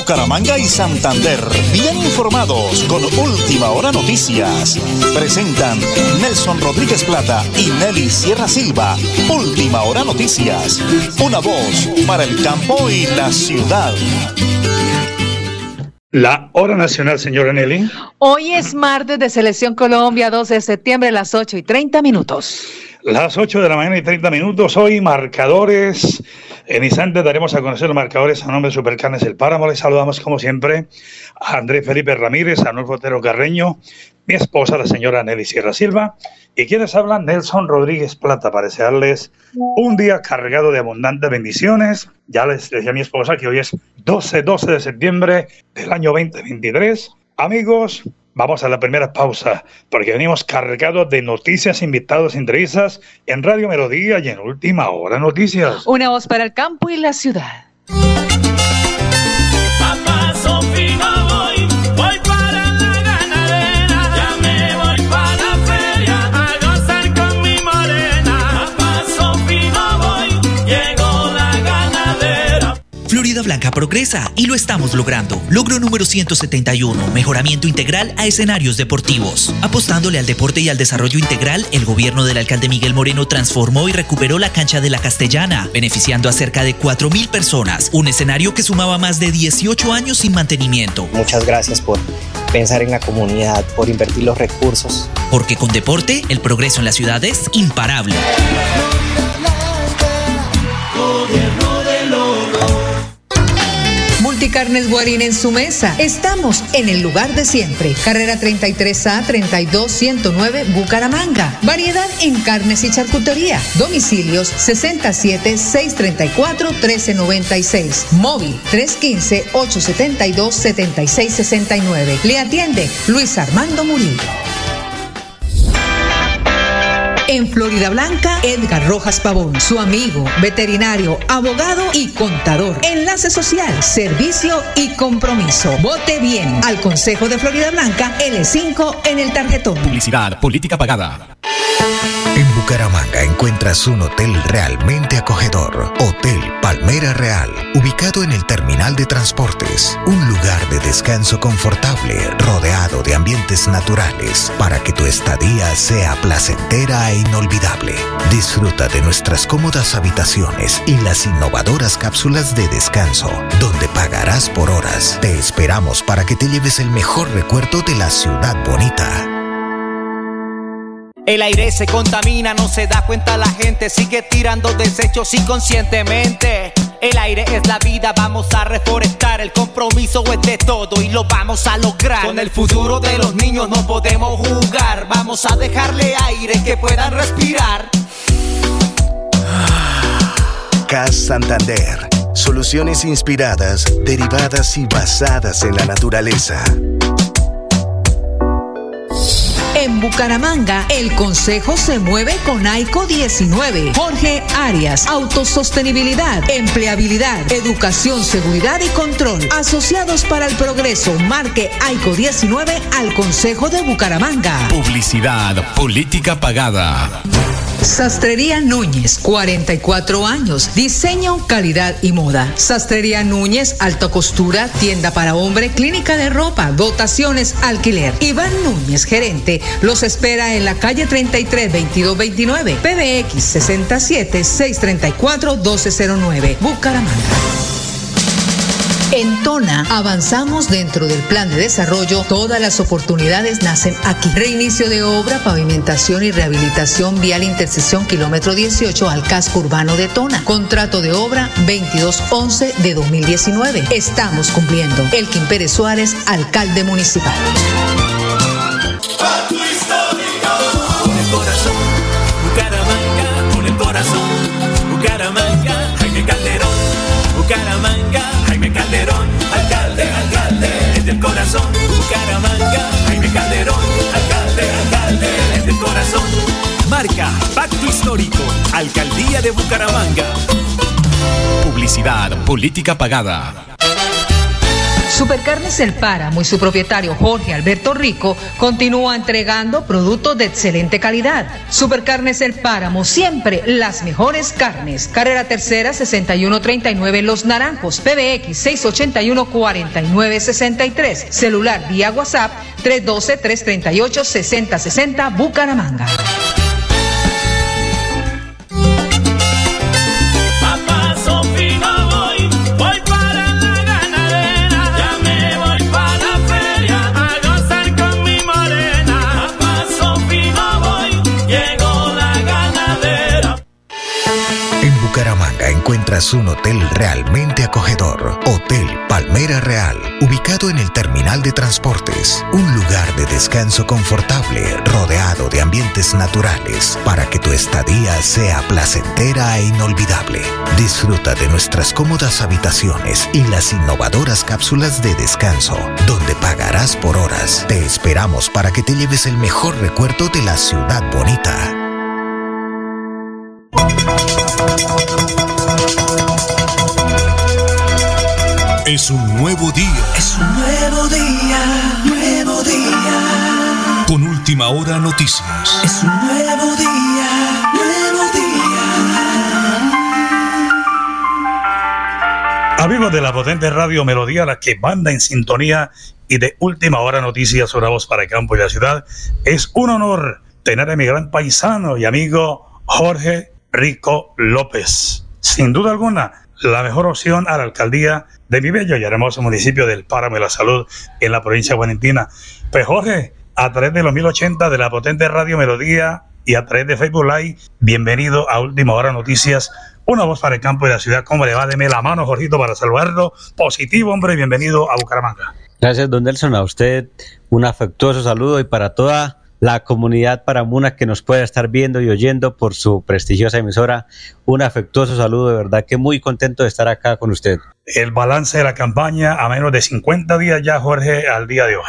Bucaramanga y Santander, bien informados con Última Hora Noticias. Presentan Nelson Rodríguez Plata y Nelly Sierra Silva. Última Hora Noticias, una voz para el campo y la ciudad. La hora nacional, señora Nelly. Hoy es martes de Selección Colombia, 12 de septiembre, a las 8:30. Las 8 de la mañana y 30 minutos. Hoy marcadores. En instantes daremos a conocer los marcadores a nombre de Supercarnes El Páramo. Les saludamos como siempre a Andrés Felipe Ramírez, a Arnulfo Otero Carreño, mi esposa, la señora Nelly Sierra Silva, y quienes hablan, Nelson Rodríguez Plata, para desearles un día cargado de abundantes bendiciones. Ya les decía a mi esposa que hoy es 12 de septiembre del año 2023. Amigos, vamos a la primera pausa, porque venimos cargados de noticias, invitados, entrevistas en Radio Melodía y en Última Hora Noticias. Una voz para el campo y la ciudad. Florida Blanca progresa y lo estamos logrando. Logro número 171, mejoramiento integral a escenarios deportivos. Apostándole al deporte y al desarrollo integral, el gobierno del alcalde Miguel Moreno transformó y recuperó la cancha de la Castellana, beneficiando a cerca de 4.000 personas. Un escenario que sumaba más de 18 años sin mantenimiento. Muchas gracias por pensar en la comunidad, por invertir los recursos. Porque con deporte, el progreso en la ciudad es imparable. Multicarnes Guarín en su mesa. Estamos en el lugar de siempre. Carrera 33A 32109 Bucaramanga. Variedad en carnes y charcutería. Domicilios 67-634-1396. Móvil 315-872-7669. Le atiende Luis Armando Murillo. En Florida Blanca, Edgar Rojas Pavón, su amigo, veterinario, abogado y contador. Enlace social, servicio y compromiso. Vote bien al Consejo de Florida Blanca, L5 en el tarjetón. Publicidad, política pagada. En Bucaramanga encuentras un hotel realmente acogedor. Hotel Palmera Real, ubicado en el terminal de transportes. Un lugar de descanso confortable, rodeado de ambientes naturales, para que tu estadía sea placentera e inolvidable. Disfruta de nuestras cómodas habitaciones y las innovadoras cápsulas de descanso, donde pagarás por horas. Te esperamos para que te lleves el mejor recuerdo de la ciudad bonita. El aire se contamina, no se da cuenta la gente, sigue tirando desechos inconscientemente. El aire es la vida, vamos a reforestar, el compromiso es de todo y lo vamos a lograr. Con el futuro de los niños no podemos jugar, vamos a dejarle aire que puedan respirar. CAS Santander, soluciones inspiradas, derivadas y basadas en la naturaleza. En Bucaramanga, el Consejo se mueve con AICO 19. Jorge Arias, autosostenibilidad, empleabilidad, educación, seguridad y control. Asociados para el progreso, marque AICO 19 al Consejo de Bucaramanga. Publicidad, política pagada. Sastrería Núñez, 44 años, diseño, calidad y moda. Sastrería Núñez, alta costura, tienda para hombre, clínica de ropa, dotaciones, alquiler. Iván Núñez, gerente, los espera en la calle 33 2229, PBX 67 634 1209, Bucaramanga. En Tona avanzamos dentro del plan de desarrollo. Todas las oportunidades nacen aquí. Reinicio de obra, pavimentación y rehabilitación vial intersección kilómetro 18 al casco urbano de Tona. Contrato de obra 2211 de 2019. Estamos cumpliendo. Elkin Pérez Suárez, alcalde municipal. Con el corazón, Bucaramanga, con el corazón, Bucaramanga, Jaime Calderón, Bucaramanga, Jaime Calderón, alcalde, desde el corazón, Bucaramanga, Jaime Calderón, alcalde, desde el corazón. Marca, pacto histórico, Alcaldía de Bucaramanga. Publicidad, política pagada. Supercarnes El Páramo y su propietario Jorge Alberto Rico continúa entregando productos de excelente calidad. Supercarnes El Páramo, siempre las mejores carnes. Carrera Tercera 6139 Los Naranjos, PBX 681-4963. Celular vía WhatsApp 312-338-6060 Bucaramanga. Bucaramanga encuentras un hotel realmente acogedor. Hotel Palmera Real, ubicado en el terminal de transportes. Un lugar de descanso confortable, rodeado de ambientes naturales, para que tu estadía sea placentera e inolvidable. Disfruta de nuestras cómodas habitaciones y las innovadoras cápsulas de descanso, donde pagarás por horas. Te esperamos para que te lleves el mejor recuerdo de la ciudad bonita. Es un nuevo día. Es un nuevo día, nuevo día. Con Última Hora Noticias. Es un nuevo día, nuevo día. Amigos de la potente radio Melodía, la que manda en sintonía, y de Última Hora Noticias, una voz para el campo y la ciudad, es un honor tener a mi gran paisano y amigo Jorge Rico López. Sin duda alguna, la mejor opción a la alcaldía de mi bello y hermoso municipio del Páramo de la Salud en la provincia de Guarentina. Pues Jorge, a través de los 1080 de la potente radio Melodía y a través de Facebook Live, bienvenido a Última Hora Noticias, una voz para el campo y la ciudad. ¿Cómo le va? Deme la mano, Jorgito, para saludarlo. Positivo, hombre, bienvenido a Bucaramanga. Gracias, don Nelson, a usted un afectuoso saludo y para toda la comunidad paramuna que nos pueda estar viendo y oyendo por su prestigiosa emisora, un afectuoso saludo, de verdad que muy contento de estar acá con usted. El balance de la campaña a menos de 50 días ya, Jorge, al día de hoy.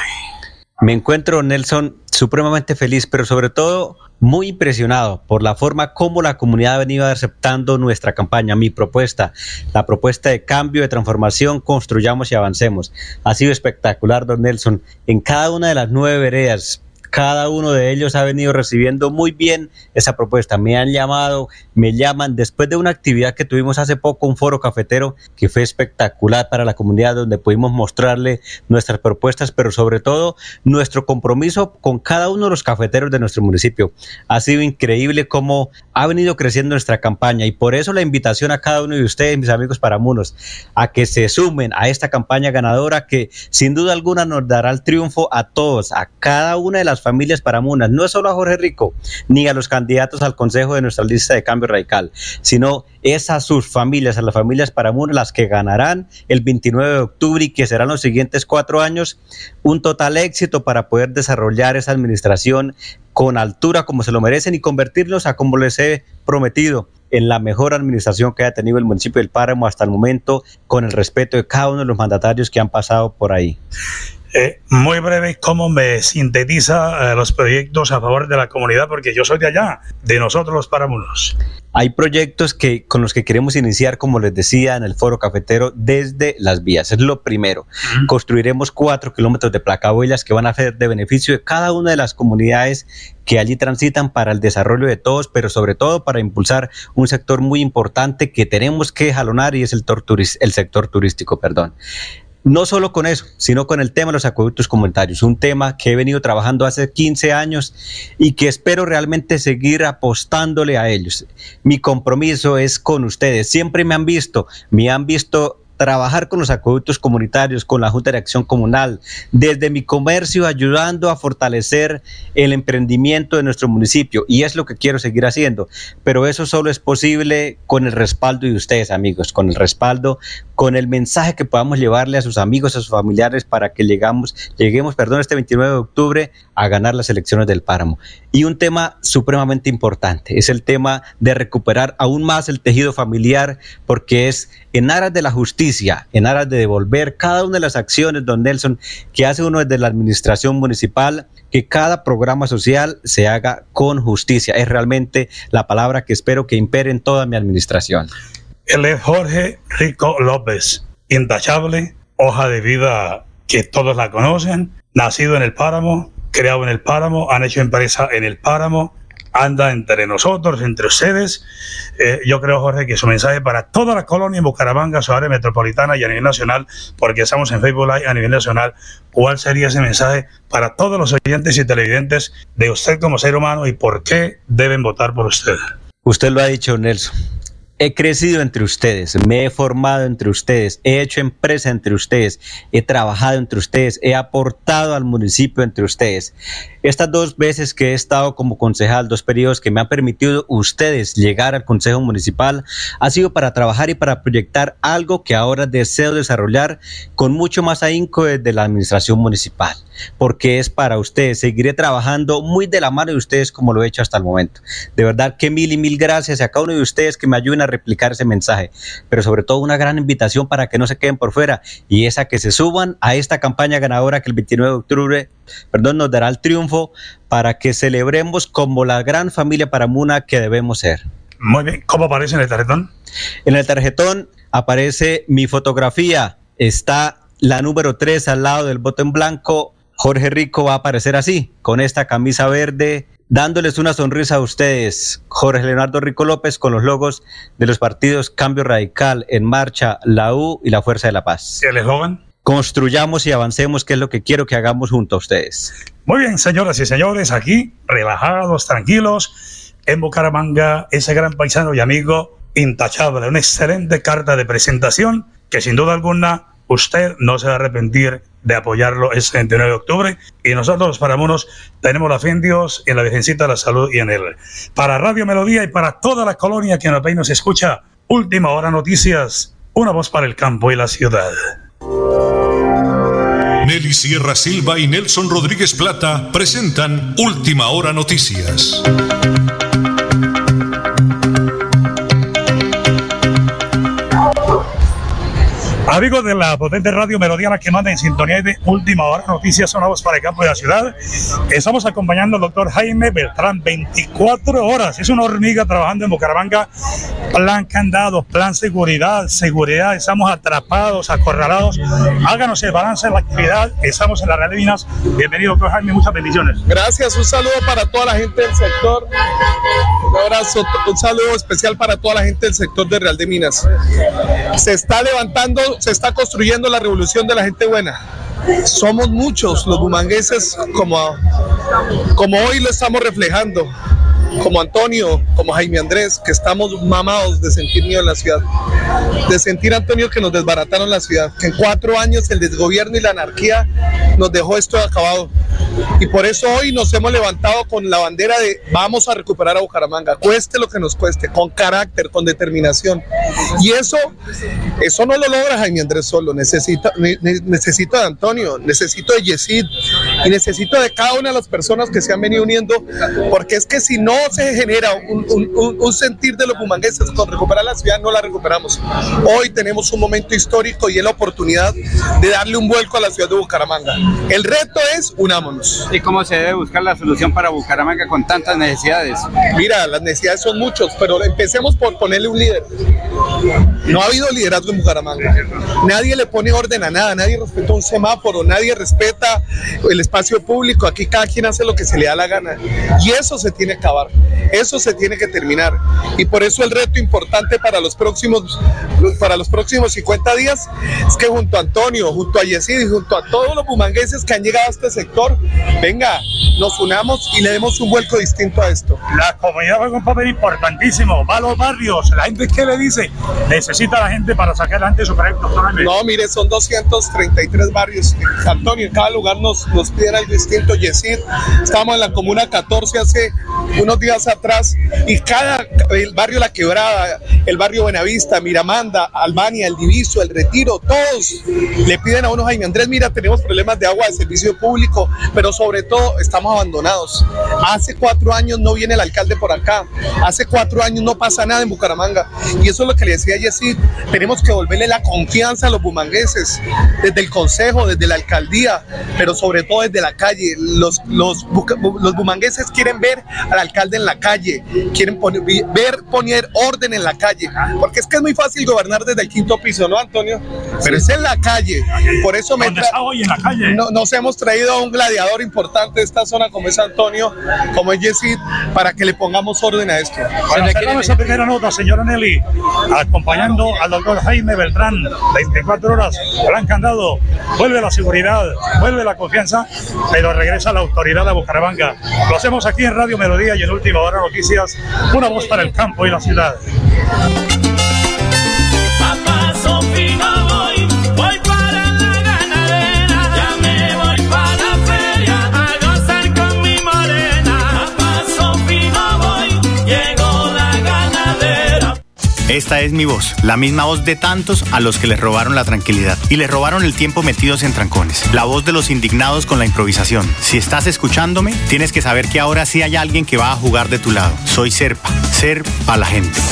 Me encuentro, Nelson, supremamente feliz, pero sobre todo muy impresionado por la forma como la comunidad ha venido aceptando nuestra campaña, mi propuesta, la propuesta de cambio, de transformación, construyamos y avancemos. Ha sido espectacular, don Nelson, en cada una de las 9 veredas. Cada uno de ellos ha venido recibiendo muy bien esa propuesta. Me han llamado, me llaman después de una actividad que tuvimos hace poco, un foro cafetero que fue espectacular para la comunidad, donde pudimos mostrarle nuestras propuestas, pero sobre todo nuestro compromiso con cada uno de los cafeteros de nuestro municipio. Ha sido increíble cómo ha venido creciendo nuestra campaña y por eso la invitación a cada uno de ustedes, mis amigos paramunos, a que se sumen a esta campaña ganadora que sin duda alguna nos dará el triunfo a todos, a cada una de las familias paramunas, no solo a Jorge Rico, ni a los candidatos al consejo de nuestra lista de Cambio Radical, sino es a sus familias, a las familias paramunas, las que ganarán el 29 de octubre y que serán los siguientes 4 años un total éxito para poder desarrollar esa administración con altura como se lo merecen y convertirlos a, como les he prometido, en la mejor administración que haya tenido el municipio del Páramo hasta el momento, con el respeto de cada uno de los mandatarios que han pasado por ahí. Muy breve, ¿cómo me sintetiza los proyectos a favor de la comunidad? Porque yo soy de allá, de nosotros los paramunos. Hay proyectos con los que queremos iniciar, como les decía, en el foro cafetero, desde las vías. Es lo primero. Construiremos 4 kilómetros de placahuellas que van a ser de beneficio de cada una de las comunidades que allí transitan para el desarrollo de todos, pero sobre todo para impulsar un sector muy importante que tenemos que jalonar y es el sector turístico. No solo con eso, sino con el tema de los acueductos comunitarios, un tema que he venido trabajando hace 15 años y que espero realmente seguir apostándole a ellos. Mi compromiso es con ustedes. Siempre me han visto trabajar con los acueductos comunitarios, con la Junta de Acción Comunal, desde mi comercio, ayudando a fortalecer el emprendimiento de nuestro municipio, y es lo que quiero seguir haciendo, pero eso solo es posible con el respaldo de ustedes, amigos, con el respaldo, con el mensaje que podamos llevarle a sus amigos, a sus familiares, para que lleguemos este 29 de octubre a ganar las elecciones del Páramo. Y un tema supremamente importante es el tema de recuperar aún más el tejido familiar, porque es en aras de la justicia, en aras de devolver cada una de las acciones, don Nelson, que hace uno desde la administración municipal, que cada programa social se haga con justicia. Es realmente la palabra que espero que impere en toda mi administración. Él es Jorge Rico López, intachable, hoja de vida que todos la conocen, nacido en el páramo, creado en el páramo, han hecho empresa en el páramo, anda entre nosotros, entre ustedes. Yo creo, Jorge, que su mensaje para toda la colonia en Bucaramanga, su área metropolitana y a nivel nacional, porque estamos en Facebook Live a nivel nacional, ¿cuál sería ese mensaje para todos los oyentes y televidentes de usted como ser humano y por qué deben votar por usted? Usted lo ha dicho, Nelson. He crecido entre ustedes, me he formado entre ustedes, he hecho empresa entre ustedes, he trabajado entre ustedes, he aportado al municipio entre ustedes. Estas 2 veces que he estado como concejal, 2 periodos que me han permitido ustedes llegar al Consejo Municipal, ha sido para trabajar y para proyectar algo que ahora deseo desarrollar con mucho más ahínco desde la administración municipal, porque es para ustedes. Seguiré trabajando muy de la mano de ustedes como lo he hecho hasta el momento. De verdad que mil y mil gracias a cada uno de ustedes que me ayuden a replicar ese mensaje, pero sobre todo una gran invitación para que no se queden por fuera y es a que se suban a esta campaña ganadora que el 29 de octubre nos dará el triunfo para que celebremos como la gran familia Paramuna que debemos ser. Muy bien, ¿cómo aparece en el tarjetón? En el tarjetón aparece mi fotografía, está la número 3 al lado del voto en blanco. Jorge Rico va a aparecer así, con esta camisa verde, dándoles una sonrisa a ustedes. Jorge Leonardo Rico López con los logos de los partidos Cambio Radical, En Marcha, la U y la Fuerza de la Paz. ¿Y el eslogan? Construyamos y avancemos, que es lo que quiero que hagamos junto a ustedes. Muy bien, señoras y señores, aquí, relajados, tranquilos, en Bucaramanga, ese gran paisano y amigo intachable, una excelente carta de presentación que sin duda alguna usted no se va a arrepentir de apoyarlo ese 29 de octubre. Y nosotros los paramunos tenemos la fe en Dios, en la Virgencita de la Salud y en Él. Para Radio Melodía y para toda la colonia que nos ve y nos escucha, Última Hora Noticias, una voz para el campo y la ciudad. Nelly Sierra Silva y Nelson Rodríguez Plata presentan Última Hora Noticias. Amigos de la potente radio melodiana que manda en sintonía de Última Hora Noticias, una voz para el campo de la ciudad. Estamos acompañando al doctor Jaime Beltrán, 24 horas. Es una hormiga trabajando en Bucaramanga. Plan candado, plan seguridad, estamos atrapados, acorralados. Háganos el balance de la actividad. Estamos en la Real de Minas. Bienvenido, doctor Jaime, muchas bendiciones. Gracias, un saludo para toda la gente del sector. Un abrazo, un saludo especial para toda la gente del sector de Real de Minas. Se está levantando, se está construyendo la revolución de la gente buena. Somos muchos los bumangueses como hoy lo estamos reflejando, como Antonio, como Jaime Andrés, que estamos mamados de sentir miedo en la ciudad, de sentir, Antonio, que nos desbarataron la ciudad, que en 4 años el desgobierno y la anarquía nos dejó esto acabado. Y por eso hoy nos hemos levantado con la bandera de vamos a recuperar a Bucaramanga, cueste lo que nos cueste, con carácter, con determinación. Y eso no lo logra Jaime Andrés solo, necesito de Antonio, necesito de Yesid y necesito de cada una de las personas que se han venido uniendo, porque es que si no se genera un sentir de los bumangueses con recuperar la ciudad, no la recuperamos. Hoy tenemos un momento histórico y es la oportunidad de darle un vuelco a la ciudad de Bucaramanga. El reto es unámonos. ¿Y cómo se debe buscar la solución para Bucaramanga con tantas necesidades? Mira, las necesidades son muchas, pero empecemos por ponerle un líder. No ha habido liderazgo en Bucaramanga. Nadie le pone orden a nada, nadie respeta un semáforo, nadie respeta el espacio público. Aquí cada quien hace lo que se le da la gana. Y eso se tiene que acabar, eso se tiene que terminar. Y por eso el reto importante para los próximos 50 días es que junto a Antonio, junto a Yesid y junto a todos los bumangueses que han llegado a este sector, venga, nos unamos y le demos un vuelco distinto a esto. La comunidad juega un papel importantísimo, va a los barrios, la gente, ¿qué le dice? Necesita la gente para sacar adelante su proyecto. No, mire, son 233 barrios, Antonio, en cada lugar nos piden algo distinto. Yesid, estamos en la comuna 14 hace unos días atrás y el barrio La Quebrada, el barrio Buenavista, Miramanda, Albania, El Diviso, El Retiro, todos le piden a uno, Jaime Andrés, mira, tenemos problemas de agua, de servicio público, pero sobre todo estamos abandonados. Hace 4 años no viene el alcalde por acá, hace 4 años no pasa nada en Bucaramanga, y eso es lo que le decía Yesid, tenemos que devolverle la confianza a los bumangueses, desde el consejo, desde la alcaldía, pero sobre todo desde la calle. Los bumangueses quieren ver al alcalde en la calle, quieren poner orden en la calle, porque es que es muy fácil gobernar desde el quinto piso, ¿no, Antonio? Pero es en la calle. Por eso hoy en la calle. Nos hemos traído a un gladiador importante de esta zona como es Antonio, como es Yesid, para que le pongamos orden a esto. Bueno, cerramos esa primera nota, señora Nelly, acompañando al doctor Jaime Beltrán, 24 horas, gran candado, vuelve la seguridad, vuelve la confianza, pero regresa la autoridad a Bucaramanga. Lo hacemos aquí en Radio Melodía y en Última Hora Noticias, una voz para el campo y la ciudad. Papá Sofino voy para la ganadera, ya me voy para la feria a gozar con mi morena. Papá Sofino voy, llegó la ganadera. Esta es mi voz, la misma voz de tantos a los que les robaron la tranquilidad y les robaron el tiempo metidos en trancones. La voz de los indignados con la improvisación. Si estás escuchándome, tienes que saber que ahora sí hay alguien que va a jugar de tu lado. Soy Serpa, Ser para la gente.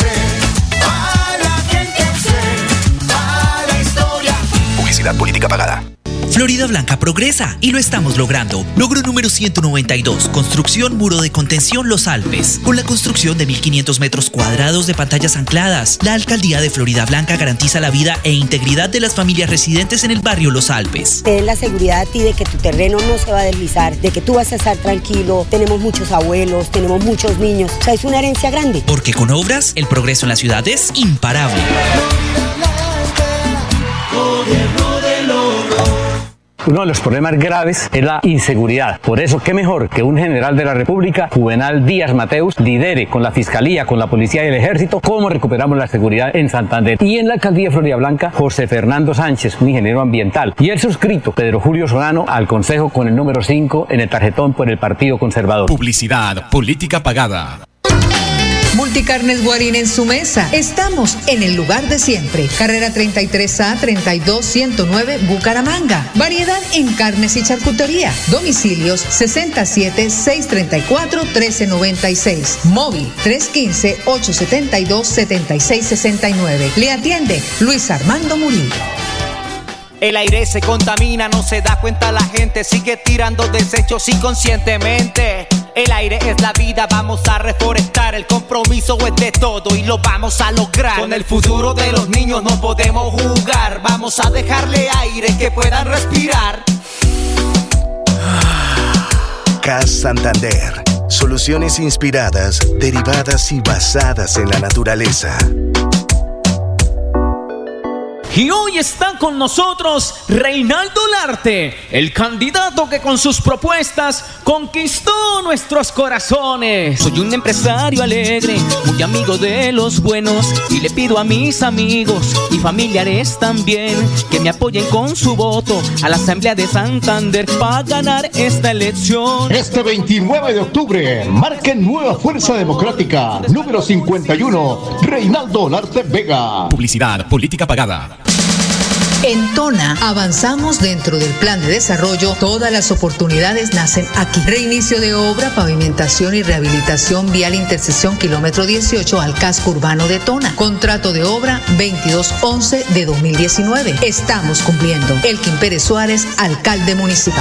Publicidad política pagada. Florida Blanca progresa y lo estamos logrando. Logro número 192, construcción muro de contención Los Alpes. Con la construcción de 1.500 metros cuadrados de pantallas ancladas, la alcaldía de Florida Blanca garantiza la vida e integridad de las familias residentes en el barrio Los Alpes. Te den la seguridad a ti de que tu terreno no se va a deslizar, de que tú vas a estar tranquilo. Tenemos muchos abuelos, tenemos muchos niños. O sea, es una herencia grande. Porque con obras, el progreso en la ciudad es imparable. Uno de los problemas graves es la inseguridad. Por eso, qué mejor que un general de la República, Juvenal Díaz Mateus, lidere con la Fiscalía, con la Policía y el Ejército cómo recuperamos la seguridad en Santander. Y en la Alcaldía de Florida Blanca, José Fernando Sánchez, un ingeniero ambiental. Y el suscrito, Pedro Julio Solano, al Consejo con el número 5 en el tarjetón por el Partido Conservador. Publicidad, política pagada. Multicarnes Guarín en su mesa. Estamos en el lugar de siempre. Carrera 33A 32109 Bucaramanga. Variedad en carnes y charcutería. Domicilios 67-634-1396. Móvil 315-872-7669. Le atiende Luis Armando Murillo. El aire se contamina, no se da cuenta la gente, sigue tirando desechos inconscientemente. El aire es la vida, vamos a reforestar, el compromiso es de todo y lo vamos a lograr. Con el futuro de los niños no podemos jugar, vamos a dejarle aire que puedan respirar. CAS Santander, soluciones inspiradas, derivadas y basadas en la naturaleza. Y hoy está con nosotros Reinaldo Larte, el candidato que con sus propuestas conquistó nuestros corazones. Soy un empresario alegre, muy amigo de los buenos, y le pido a mis amigos y familiares también que me apoyen con su voto a la Asamblea de Santander para ganar esta elección. Este 29 de octubre, marquen Nueva Fuerza Democrática, número 51, Reinaldo Larte Vega. Publicidad, política pagada. En Tona avanzamos dentro del plan de desarrollo. Todas las oportunidades nacen aquí. Reinicio de obra, pavimentación y rehabilitación vial intersección kilómetro 18 al casco urbano de Tona. Contrato de obra 2211 de 2019. Estamos cumpliendo. Elkin Pérez Suárez, alcalde municipal.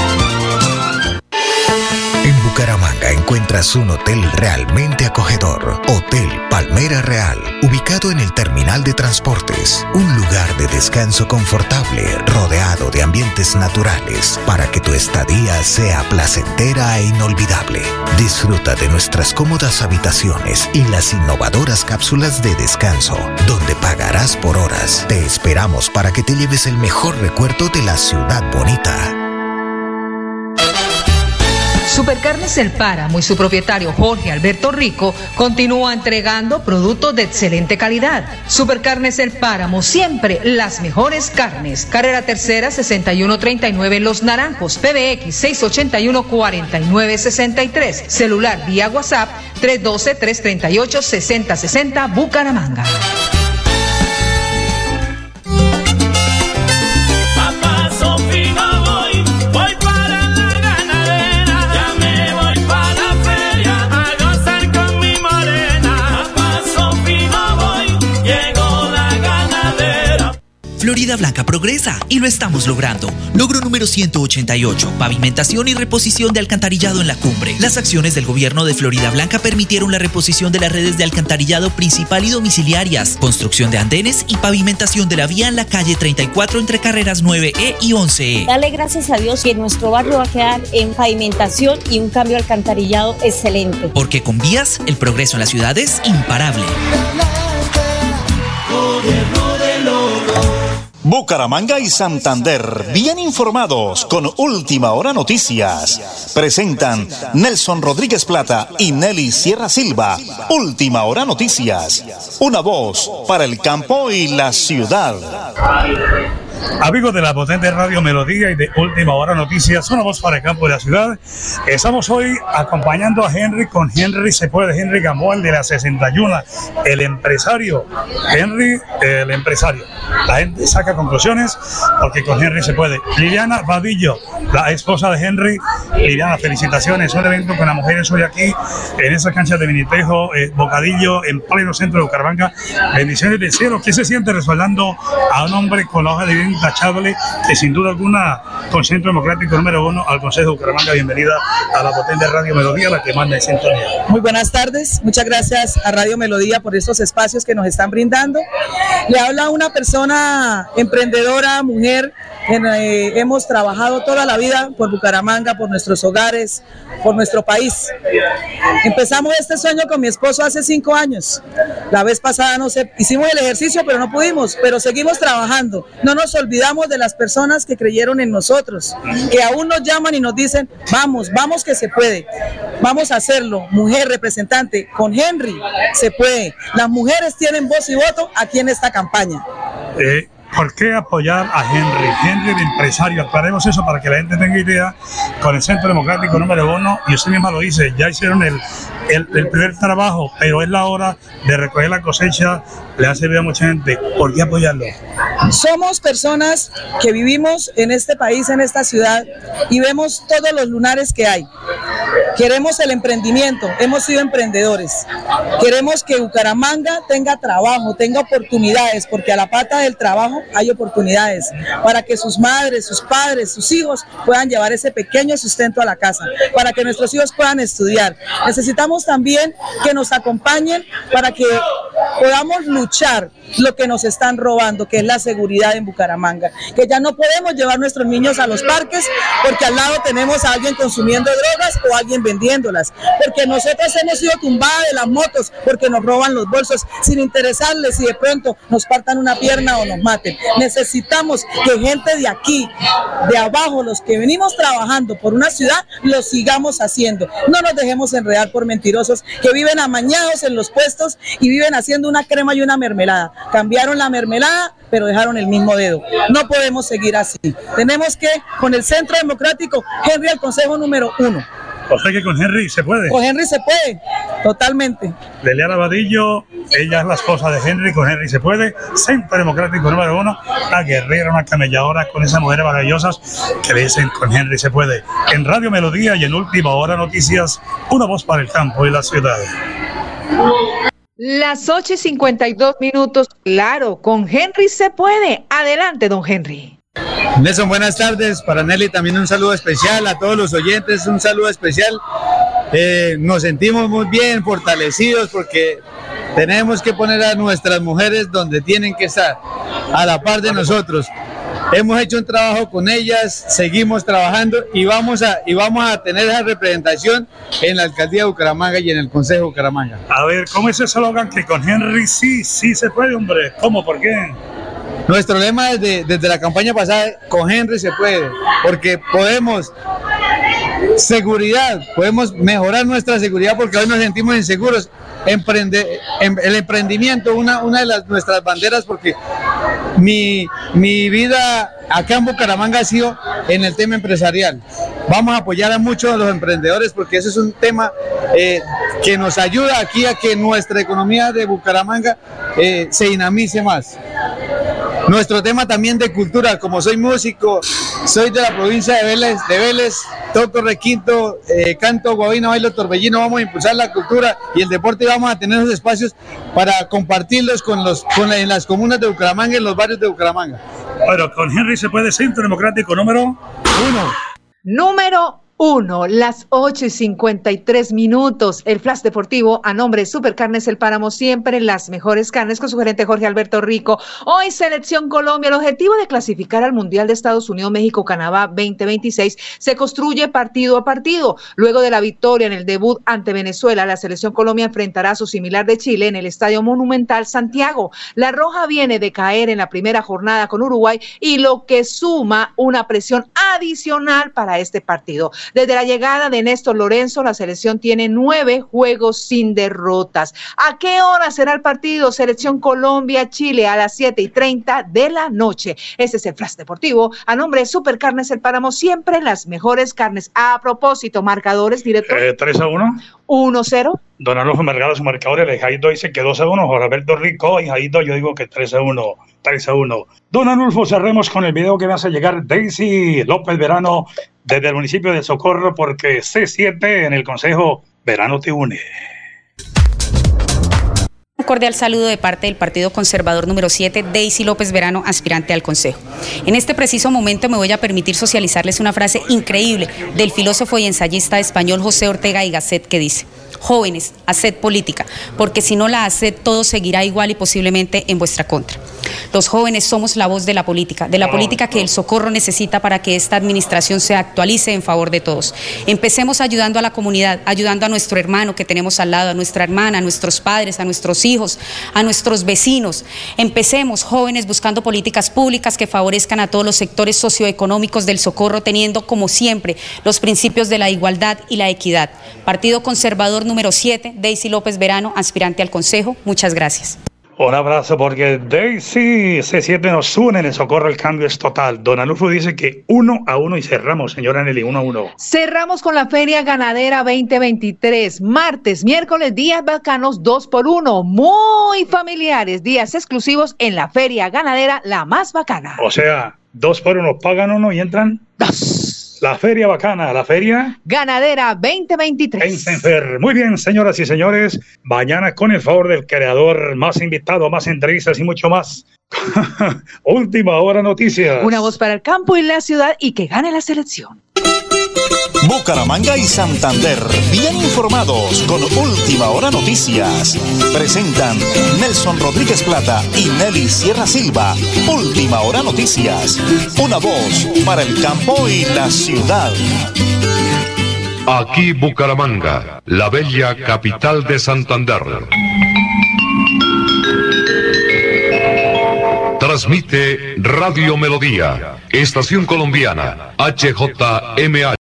En Bucaramanga encuentras un hotel realmente acogedor. Hotel Palmera Real, ubicado en el terminal de transportes. Un lugar de descanso confortable, rodeado de ambientes naturales, para que tu estadía sea placentera e inolvidable. Disfruta de nuestras cómodas habitaciones y las innovadoras cápsulas de descanso, donde pagarás por horas. Te esperamos para que te lleves el mejor recuerdo de la ciudad bonita. Supercarnes El Páramo y su propietario Jorge Alberto Rico continúa entregando productos de excelente calidad. Supercarnes El Páramo, siempre las mejores carnes. Carrera Tercera 6139 Los Naranjos, PBX 681-4963. Celular vía WhatsApp 312-338-6060 Bucaramanga. Llegó progresa y lo estamos logrando. Logro número 188, pavimentación y reposición de alcantarillado en la cumbre. Las acciones del gobierno de Florida Blanca permitieron la reposición de las redes de alcantarillado principal y domiciliarias, construcción de andenes y pavimentación de la vía en la calle 34 entre carreras 9E y 11E. Dale gracias a Dios que nuestro barrio va a quedar en pavimentación y un cambio de alcantarillado excelente. Porque con vías, el progreso en la ciudad es imparable. Bucaramanga y Santander, bien informados con Última Hora Noticias. Presentan Nelson Rodríguez Plata y Nelly Sierra Silva. Última Hora Noticias. Una voz para el campo y la ciudad. Amigos de la potente Radio Melodía y de Última Hora Noticias, una voz para el campo de la ciudad. Estamos hoy acompañando a Henry con Henry Se Puede, Henry Gamboa, el de la 61, el empresario. Henry, el empresario. La gente saca conclusiones porque con Henry se puede. Liliana Vadillo, la esposa de Henry. Liliana, felicitaciones. Un evento con las mujeres hoy aquí en esa cancha de Minitejo, Bocadillo, en pleno centro de Bucaramanga. Bendiciones del cielo. ¿Qué se siente respaldando a un hombre con la hoja de vida intachable que sin duda alguna con Centro Democrático número 1 al Consejo de Bucaramanga? Bienvenida a la potente Radio Melodía, la que manda en sintonía. Muy buenas tardes, muchas gracias a Radio Melodía por estos espacios que nos están brindando. Le habla una persona emprendedora, mujer. Hemos trabajado toda la vida por Bucaramanga, por nuestros hogares, por nuestro país. Empezamos este sueño con mi esposo hace 5 años. La vez pasada hicimos el ejercicio, pero no pudimos, pero seguimos trabajando. No nos olvidamos de las personas que creyeron en nosotros, que aún nos llaman y nos dicen, vamos que se puede, vamos a hacerlo. Mujer representante, con Henry se puede. Las mujeres tienen voz y voto aquí en esta campaña. ¿Por qué apoyar a Henry? Henry, el empresario. Aclaremos eso para que la gente tenga idea. Con el Centro Democrático número 1, y usted misma lo dice, ya hicieron el primer trabajo, pero es la hora de recoger la cosecha. Le ha servido a mucha gente. ¿Por qué apoyarlo? Somos personas que vivimos en este país, en esta ciudad, y vemos todos los lunares que hay. Queremos el emprendimiento, hemos sido emprendedores. Queremos que Bucaramanga tenga trabajo, tenga oportunidades, porque a la pata del trabajo hay oportunidades para que sus madres, sus padres, sus hijos puedan llevar ese pequeño sustento a la casa, para que nuestros hijos puedan estudiar. Necesitamos también que nos acompañen para que podamos luchar lo que nos están robando, que es la seguridad en Bucaramanga, que ya no podemos llevar nuestros niños a los parques porque al lado tenemos a alguien consumiendo drogas o alguien vendiéndolas, porque nosotros hemos sido tumbadas de las motos porque nos roban los bolsos sin interesarles si de pronto nos partan una pierna o nos maten. Necesitamos que gente de aquí, de abajo, los que venimos trabajando por una ciudad, lo sigamos haciendo. No nos dejemos enredar por mentirosos que viven amañados en los puestos y viven haciendo una crema y una mermelada. Cambiaron la mermelada, pero dejaron el mismo dedo. No podemos seguir así. Tenemos que, con el Centro Democrático, Henry al Consejo número 1. O sea que con Henry se puede. Con Henry se puede, totalmente. Liliana Vadillo, ella es la esposa de Henry, con Henry se puede. Centro Democrático número 1, una guerrera, una camelladora con esas mujeres maravillosas que le dicen con Henry se puede. En Radio Melodía y en Última Hora Noticias, una voz para el campo y la ciudad. Las 8:52, claro, con Henry se puede. Adelante, don Henry. Nelson, buenas tardes. Para Nelly también un saludo especial, a todos los oyentes un saludo especial. Nos sentimos muy bien, fortalecidos, porque tenemos que poner a nuestras mujeres donde tienen que estar, a la par de nosotros. Hemos hecho un trabajo con ellas, seguimos trabajando y vamos a tener esa representación en la Alcaldía de Bucaramanga y en el Consejo de Bucaramanga. A ver, ¿cómo es ese eslogan que con Henry sí se puede, hombre? ¿Cómo? ¿Por qué? Nuestro lema desde la campaña pasada, con Henry se puede, porque podemos seguridad, podemos mejorar nuestra seguridad porque hoy nos sentimos inseguros. El emprendimiento, una de nuestras banderas, porque mi vida acá en Bucaramanga ha sido en el tema empresarial. Vamos a apoyar a muchos de los emprendedores porque ese es un tema que nos ayuda aquí a que nuestra economía de Bucaramanga se dinamice más. nuestro tema también de cultura, como soy músico, soy de la provincia de Vélez, toco requinto, canto, guabina, bailo, torbellino, vamos a impulsar la cultura y el deporte, y vamos a tener esos espacios para compartirlos en las comunas de Bucaramanga, en los barrios de Bucaramanga. Bueno, con Henry se puede, Centro Democrático número 1. Número 1, las 8:53. El flash deportivo a nombre de Supercarnes El Páramo, siempre las mejores carnes, con su gerente Jorge Alberto Rico. Hoy Selección Colombia, el objetivo de clasificar al Mundial de Estados Unidos, México, Canadá 2026 se construye partido a partido. Luego de la victoria en el debut ante Venezuela, la Selección Colombia enfrentará a su similar de Chile en el Estadio Monumental Santiago. La Roja viene de caer en la primera jornada con Uruguay, y lo que suma una presión adicional para este partido. Desde la llegada de Néstor Lorenzo, la selección tiene 9 juegos sin derrotas. ¿A qué hora será el partido? Selección Colombia-Chile a las 7:30 de la noche. Ese es el flash deportivo a nombre de Supercarnes El Páramo, siempre las mejores carnes. A propósito, marcadores, director. 3-1. 1-0. Don Arnulfo Mercado, su marcador, el Jaito dice que 2-1, Jorge Alberto Rico, y Jaito yo digo que 3-1. Don Arnulfo, cerremos con el video que me hace llegar Daisy López Verano desde el municipio de Socorro, porque C7 en el Consejo Verano te une. Un cordial saludo de parte del Partido Conservador número 7, Daisy López Verano, aspirante al Consejo. En este preciso momento me voy a permitir socializarles una frase increíble del filósofo y ensayista español José Ortega y Gasset, que dice: jóvenes, haced política, porque si no la haced, todo seguirá igual y posiblemente en vuestra contra. Los jóvenes somos la voz de la política que el Socorro necesita para que esta administración se actualice en favor de todos. Empecemos ayudando a la comunidad, ayudando a nuestro hermano que tenemos al lado, a nuestra hermana, a nuestros padres, a nuestros hijos, a nuestros vecinos. Empecemos, jóvenes, buscando políticas públicas que favorezcan a todos los sectores socioeconómicos del Socorro, teniendo como siempre los principios de la igualdad y la equidad. Partido Conservador número 7, Daisy López Verano, aspirante al Consejo. Muchas gracias. Un abrazo, porque Daisy C7 nos une en el Socorro, el cambio es total. Don Arnulfo dice que 1-1 y cerramos, señora Nelly, 1-1. Cerramos con la Feria Ganadera 2023. Martes, miércoles, días bacanos 2x1. Muy familiares, días exclusivos en la Feria Ganadera, la más bacana. O sea, 2x1, pagan 1 y entran 2. La Feria Bacana, la Feria Ganadera 2023. En Senfer. Muy bien, señoras y señores. Mañana, con el favor del creador, más invitados, más entrevistas y mucho más. Última Hora Noticias. Una voz para el campo y la ciudad, y que gane la selección. Bucaramanga y Santander, bien informados con Última Hora Noticias. Presentan Nelson Rodríguez Plata y Nelly Sierra Silva. Última Hora Noticias. Una voz para el campo y la ciudad. Aquí Bucaramanga, la bella capital de Santander. Transmite Radio Melodía, Estación Colombiana, HJMH.